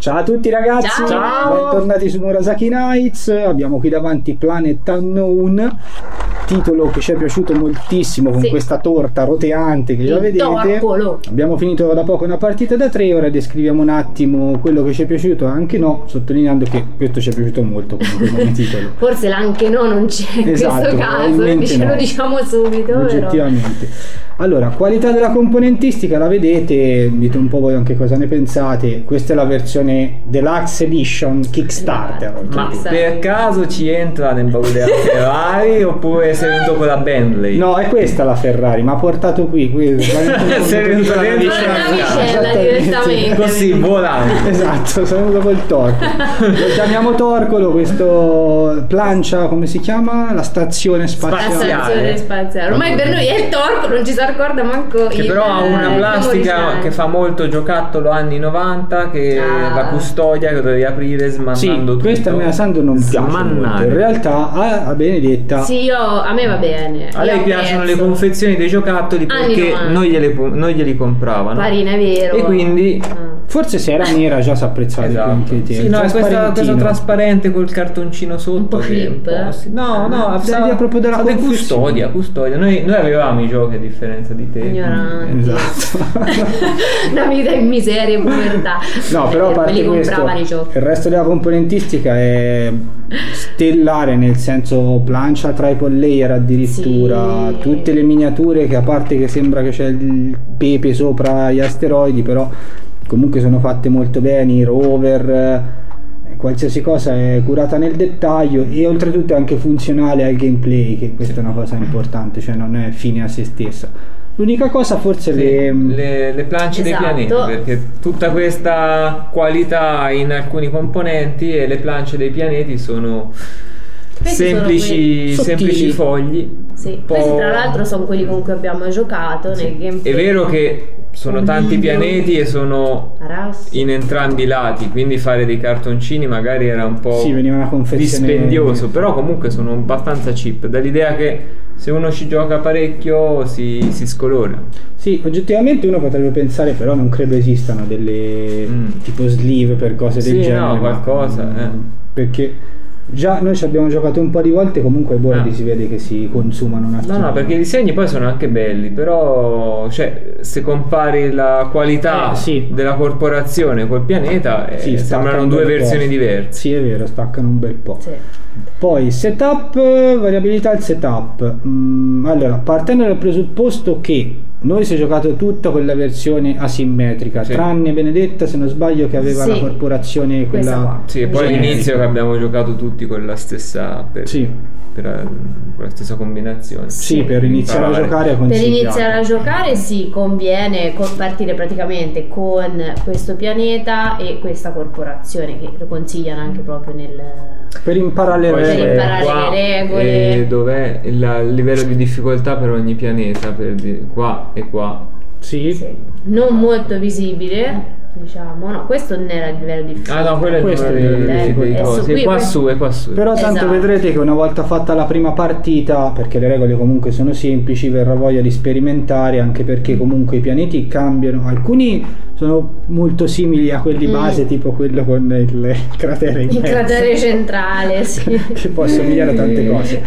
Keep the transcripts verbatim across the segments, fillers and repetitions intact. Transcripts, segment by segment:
Ciao a tutti ragazzi, ciao. Bentornati su Murasaki Nights. Abbiamo qui davanti Planet Unknown, titolo che ci è piaciuto moltissimo, con sì. questa torta roteante che già vedete. Torcolo. Abbiamo finito da poco una partita da tre, ora descriviamo un attimo quello che ci è piaciuto, anche no, sottolineando che questo ci è piaciuto molto comunque come titolo. Forse l'anche no non c'è in esatto, questo caso, no. Lo diciamo subito. Oggettivamente. Però. Allora, qualità della componentistica la vedete, dite un po' voi anche cosa ne pensate. Questa è la versione Deluxe Edition Kickstarter. Ma per caso ci entra nel baule della Ferrari oppure sei venuto con la Bentley? No, è questa la Ferrari, ma ha portato qui, qui sei venuto dentro la direttamente così volando. Esatto, sono venuto col Torco. Lo chiamiamo Torcolo, questo plancia, come si chiama? La stazione spaziale. La stazione spaziale. Ormai per noi è il Torco, non ci si ricorda manco che il, però ha una eh, plastica che fa molto giocattolo anni novanta, che ah. la custodia che dovevi aprire smannando sì, tutto. Questa a me a Sandro non piace molto. In realtà a, a Benedetta sì, io, a me va bene. A lei piacciono le confezioni dei giocattoli perché non glieli, non glieli compravano. Parina, è vero. E quindi ah. forse se era nera già si apprezzava esatto. di più. Sì, no, questa, questo trasparente col cartoncino sotto un po' clip. Sì. No, no, sa proprio della sa custodia, custodia. Noi, noi avevamo i giochi a differenza di te. Ignoranti. Esatto. Una vita in miseria e povertà. No, però a parte questo, il resto della componentistica è stellare, nel senso plancia triple layer addirittura, sì. Tutte le miniature che a parte che sembra che c'è il pepe sopra gli asteroidi, però comunque sono fatte molto bene, i rover, qualsiasi cosa è curata nel dettaglio e oltretutto è anche funzionale al gameplay, che questa è una cosa importante, cioè non è fine a se stessa. L'unica cosa forse sì, le... le le plance esatto. dei pianeti, perché tutta questa qualità in alcuni componenti e le plance dei pianeti sono questi semplici, sono semplici fogli. Sì. Questi tra l'altro sono quelli con cui abbiamo giocato sì. nel gameplay. È vero che sono un tanti video. pianeti e sono Arassi. in entrambi i lati, quindi fare dei cartoncini magari era un po' sì, veniva una confezione dispendioso, però comunque sono abbastanza cheap, dall'idea che se uno ci gioca parecchio si, si scolora. Sì, oggettivamente uno potrebbe pensare, però non credo esistano delle mm. tipo sleeve per cose sì, del genere. No, qualcosa, ma, eh. perché già noi ci abbiamo giocato un po' di volte, comunque ai bordi ah. si vede che si consumano un attimo. No, no, perché i disegni poi sono anche belli, però cioè se compari la qualità eh, sì. della corporazione col pianeta eh, sì, sembrano due versioni diverse. Sì, è vero, staccano un bel po'. Sì. Poi setup, variabilità del setup. Mm, allora, partendo dal presupposto che noi si è giocato tutto con la versione asimmetrica, sì. tranne Benedetta, se non sbaglio, che aveva sì. la corporazione quella. Sì, e poi all'inizio che abbiamo giocato tutti con la stessa per, sì. per, per la stessa combinazione. Sì, sì per iniziare a giocare per iniziare a giocare sì, conviene partire praticamente con questo pianeta e questa corporazione, che lo consigliano anche proprio nel per imparare le regole, per imparare qua, le regole. E dov'è il, il livello di difficoltà per ogni pianeta, per di, qua e qua. Sì. sì. Non molto visibile, diciamo. No, questo non era il livello di difficoltà. Ah no, quello è questo il livello di difficoltà. È qua su e qua su. Però tanto esatto. vedrete che una volta fatta la prima partita, perché le regole comunque sono semplici, verrà voglia di sperimentare, anche perché comunque i pianeti cambiano. Alcuni sono molto simili a quelli mm. base, tipo quello con il cratere in il mezzo. cratere centrale, sì. che può assomigliare a tante cose.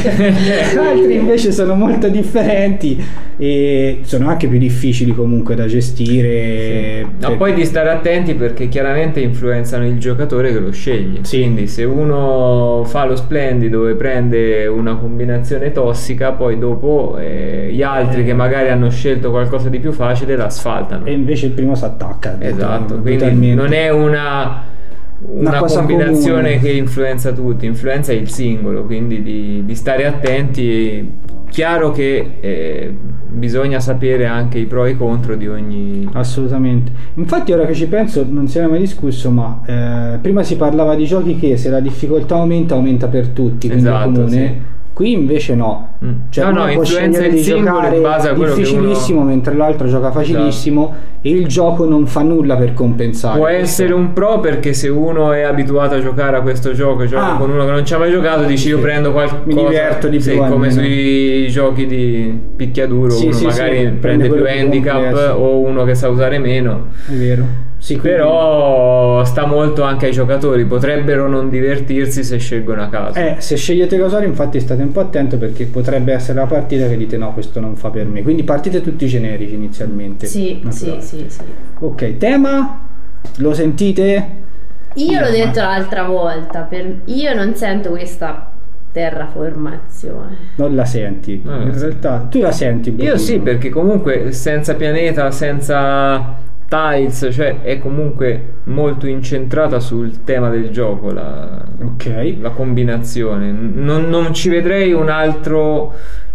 Altri invece sono molto differenti e sono anche più difficili comunque da gestire. Sì. No, poi di stare attenti perché chiaramente influenzano il giocatore che lo sceglie. Sì. Quindi se uno fa lo splendido e prende una combinazione tossica, poi dopo eh, gli altri eh. che magari hanno scelto qualcosa di più facile l'asfaltano. E invece il primo si attacca. Esatto, quindi non è una una, una combinazione comune che influenza tutti, influenza il singolo, quindi di, di stare attenti. Chiaro che eh, bisogna sapere anche i pro e i contro di ogni. Assolutamente. Infatti ora che ci penso non si era mai discusso, ma eh, prima si parlava di giochi che se la difficoltà aumenta aumenta per tutti, quindi esatto, è comune. Sì. Qui invece no, mm. cioè no, uno no, può influenza il singolo in base a quello difficilissimo che uno... mentre l'altro gioca facilissimo, esatto. E il gioco non fa nulla per compensare. Può questo. essere un pro perché se uno è abituato a giocare a questo gioco e gioca ah. con uno che non ci ha mai giocato, dici io prendo qualcosa, mi diverto di più, sì, come sui giochi di picchiaduro, sì, uno sì, magari sì, prende più handicap complesso. O uno che sa usare meno. È vero. però sta molto anche ai giocatori, potrebbero non divertirsi se scelgono a caso. Eh, se scegliete Casori infatti state un po' attento, perché potrebbe essere la partita che dite no, questo non fa per me, quindi partite tutti generici inizialmente. Sì, sì, sì, sì. Ok, tema? Lo sentite? Io l'ho detto l'altra volta, per... io non sento questa terraformazione. Non la senti? No, in realtà tu la senti un po'. Io sì, perché comunque senza pianeta, senza tiles, cioè è comunque molto incentrata sul tema del gioco la, okay. la combinazione. Non, non ci vedrei un altro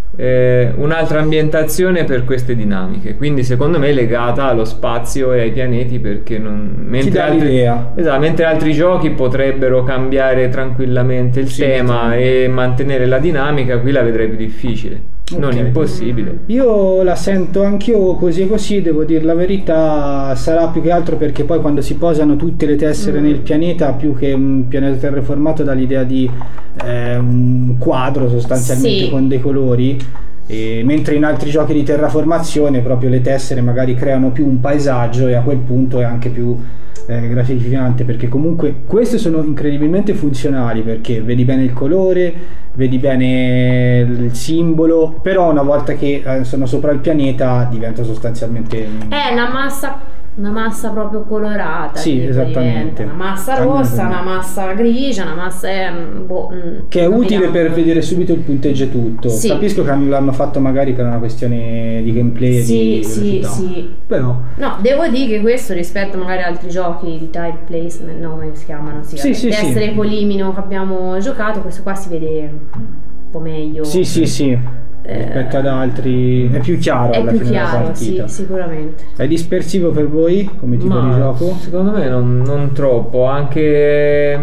eh, un'altra ambientazione per queste dinamiche, quindi secondo me è legata allo spazio e ai pianeti, perché non, mentre, altri, esatto, mentre altri giochi potrebbero cambiare tranquillamente il sì, tema sì. e mantenere la dinamica, qui la vedrei più difficile. Okay. Non impossibile. Io la sento anch'io così e così, devo dire la verità. Sarà più che altro perché poi quando si posano tutte le tessere mm. nel pianeta, più che un pianeta terraformato, dà l'idea di eh, un quadro sostanzialmente sì. con dei colori, e mentre in altri giochi di terraformazione proprio le tessere magari creano più un paesaggio, e a quel punto è anche più eh, gratificante, perché comunque queste sono incredibilmente funzionali, perché vedi bene il colore, vedi bene il simbolo, però una volta che eh, sono sopra il pianeta diventa sostanzialmente è una massa una massa proprio colorata, sì, esattamente, una massa rossa, una massa grigia, una massa eh, boh, che è utile per vedere subito il punteggio e tutto. Sì. Capisco che l'hanno fatto magari per una questione di gameplay, sì, di sì, velocità. sì. Però no, devo dire che questo rispetto magari ad altri giochi di tile placement, no, come si chiamano, sì, sì, sì, essere sì. Polimino che abbiamo giocato, questo qua si vede un po' meglio. Sì, sì, sì. Rispetto ad altri è più chiaro è alla più fine chiaro, della partita. Sì, sicuramente. È dispersivo per voi come tipo Ma di gioco? Secondo me non, non troppo, anche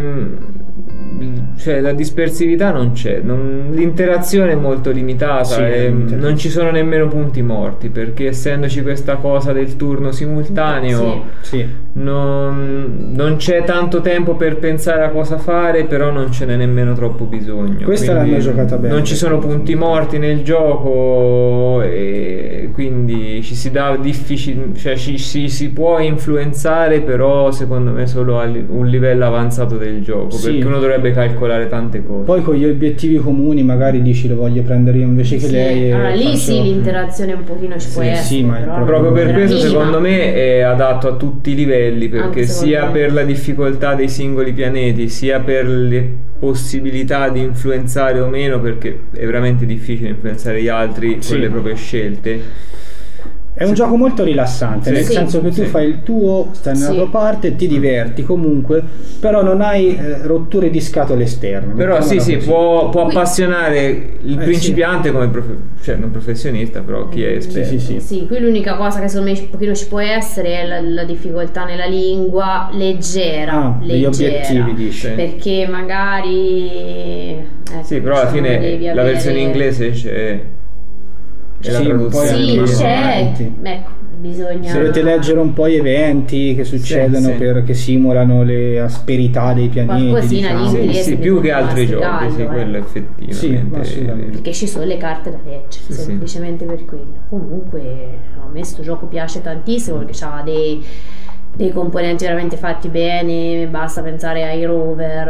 cioè la dispersività non c'è, non, l'interazione è molto limitata, sì, e non ci sono nemmeno punti morti, perché essendoci questa cosa del turno simultaneo sì. Sì. Non, non c'è tanto tempo per pensare a cosa fare, però non ce n'è nemmeno troppo bisogno. Questa l'hanno giocata bene. Non ci sono punti morti nel gioco, e quindi ci si dà difficile, cioè ci, ci si può influenzare, però secondo me solo a un livello avanzato del gioco, sì. perché uno dovrebbe calcolare tante cose. Poi con gli obiettivi comuni magari dici lo voglio prendere io invece che sì. lei. Allora lì faccio... sì, l'interazione un pochino ci sì, può sì, essere, ma però proprio per questo secondo me è adatto a tutti i livelli, perché sia me. per la difficoltà dei singoli pianeti, sia per le possibilità di influenzare o meno, perché è veramente difficile influenzare gli altri sì. con le proprie scelte. È un sì. gioco molto rilassante, sì, nel sì. senso che tu sì. fai il tuo, stai nella sì. tua parte, ti diverti comunque, però non hai eh, rotture di scatole esterne. Però sì, sì, può, può appassionare il eh, principiante sì. come prof... cioè non professionista, però chi è esperto. Sì, sì, sì. sì, qui l'unica cosa che secondo me un pochino ci può essere è la, la difficoltà nella lingua leggera, ah, leggera, degli obiettivi, dice. Perché magari ecco, sì, però alla fine la avere... versione inglese c'è. Sì, sì, c'è, ecco, bisogna. Se dovete leggere un po' gli eventi che succedono, sì, sì. per che simulano le asperità dei pianeti, qualcosina diciamo. di inglese, sì, sì, più che altri giochi, gallo, sì, eh. quello effettivamente. Sì, perché ci sono le carte da leggere, sì, semplicemente sì. per quello. Comunque a me sto gioco piace tantissimo perché ha dei dei componenti veramente fatti bene, basta pensare ai rover,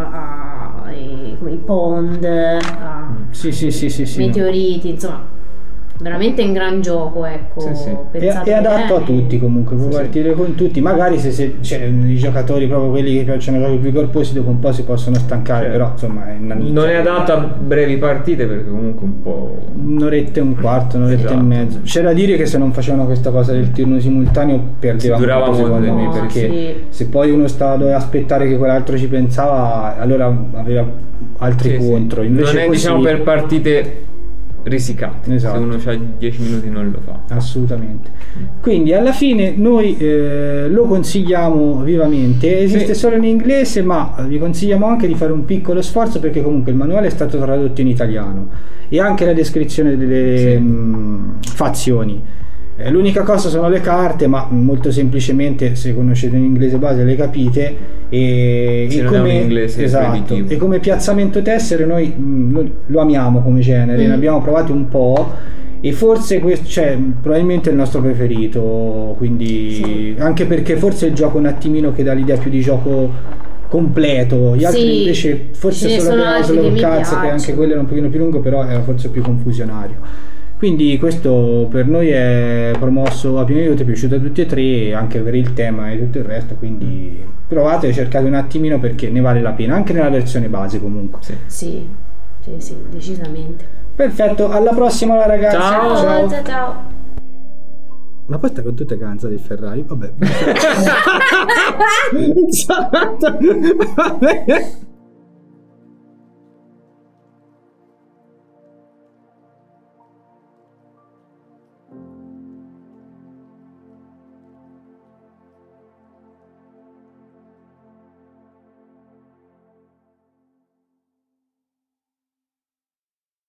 ai, come i pond, a sì, sì, sì, sì, meteoriti, insomma veramente un gran gioco, ecco. Sì, sì. È, è adatto a tutti comunque, può sì, partire sì. con tutti, magari se, se cioè, i giocatori proprio quelli che piacciono i giochi più corposi dopo un po' si possono stancare, certo. però insomma è una nicchia. Non è adatto a brevi partite perché comunque un po' un'oretta e un quarto, un'oretta esatto. e mezzo. C'è da dire che se non facevano questa cosa del turno simultaneo perdeva durava molto, secondo me, perché sì. se poi uno stava doveva aspettare che quell'altro ci pensava, allora aveva altri sì, contro. Sì. Invece non è così... diciamo per partite risicate, esatto. se uno ha dieci minuti non lo fa assolutamente. Quindi alla fine noi eh, lo consigliamo vivamente, esiste sì. solo in inglese, ma vi consigliamo anche di fare un piccolo sforzo perché comunque il manuale è stato tradotto in italiano e anche la descrizione delle sì. mh, fazioni. L'unica cosa sono le carte, ma molto semplicemente se conoscete in inglese base le capite e, e, come, inglese esatto, e come piazzamento tessere noi mh, lo amiamo come genere, mm. ne abbiamo provati un po' e forse questo, cioè, probabilmente è il nostro preferito, quindi sì. Anche perché forse è il gioco un attimino che dà l'idea più di gioco completo, gli altri sì, invece forse solo solo col cazzo, che anche quello era un pochino più lungo, però era forse più confusionario. Quindi questo per noi è promosso a pieno titolo, è piaciuto a tutti e tre, anche per il tema e tutto il resto, quindi provate, cercate un attimino perché ne vale la pena, anche nella versione base comunque. Sì, sì, sì, sì, decisamente. Perfetto, alla prossima ragazzi. Ciao, ciao, ciao. ciao. Ma poi sta con tutte canzoni di Ferrari, vabbè. Vabbè.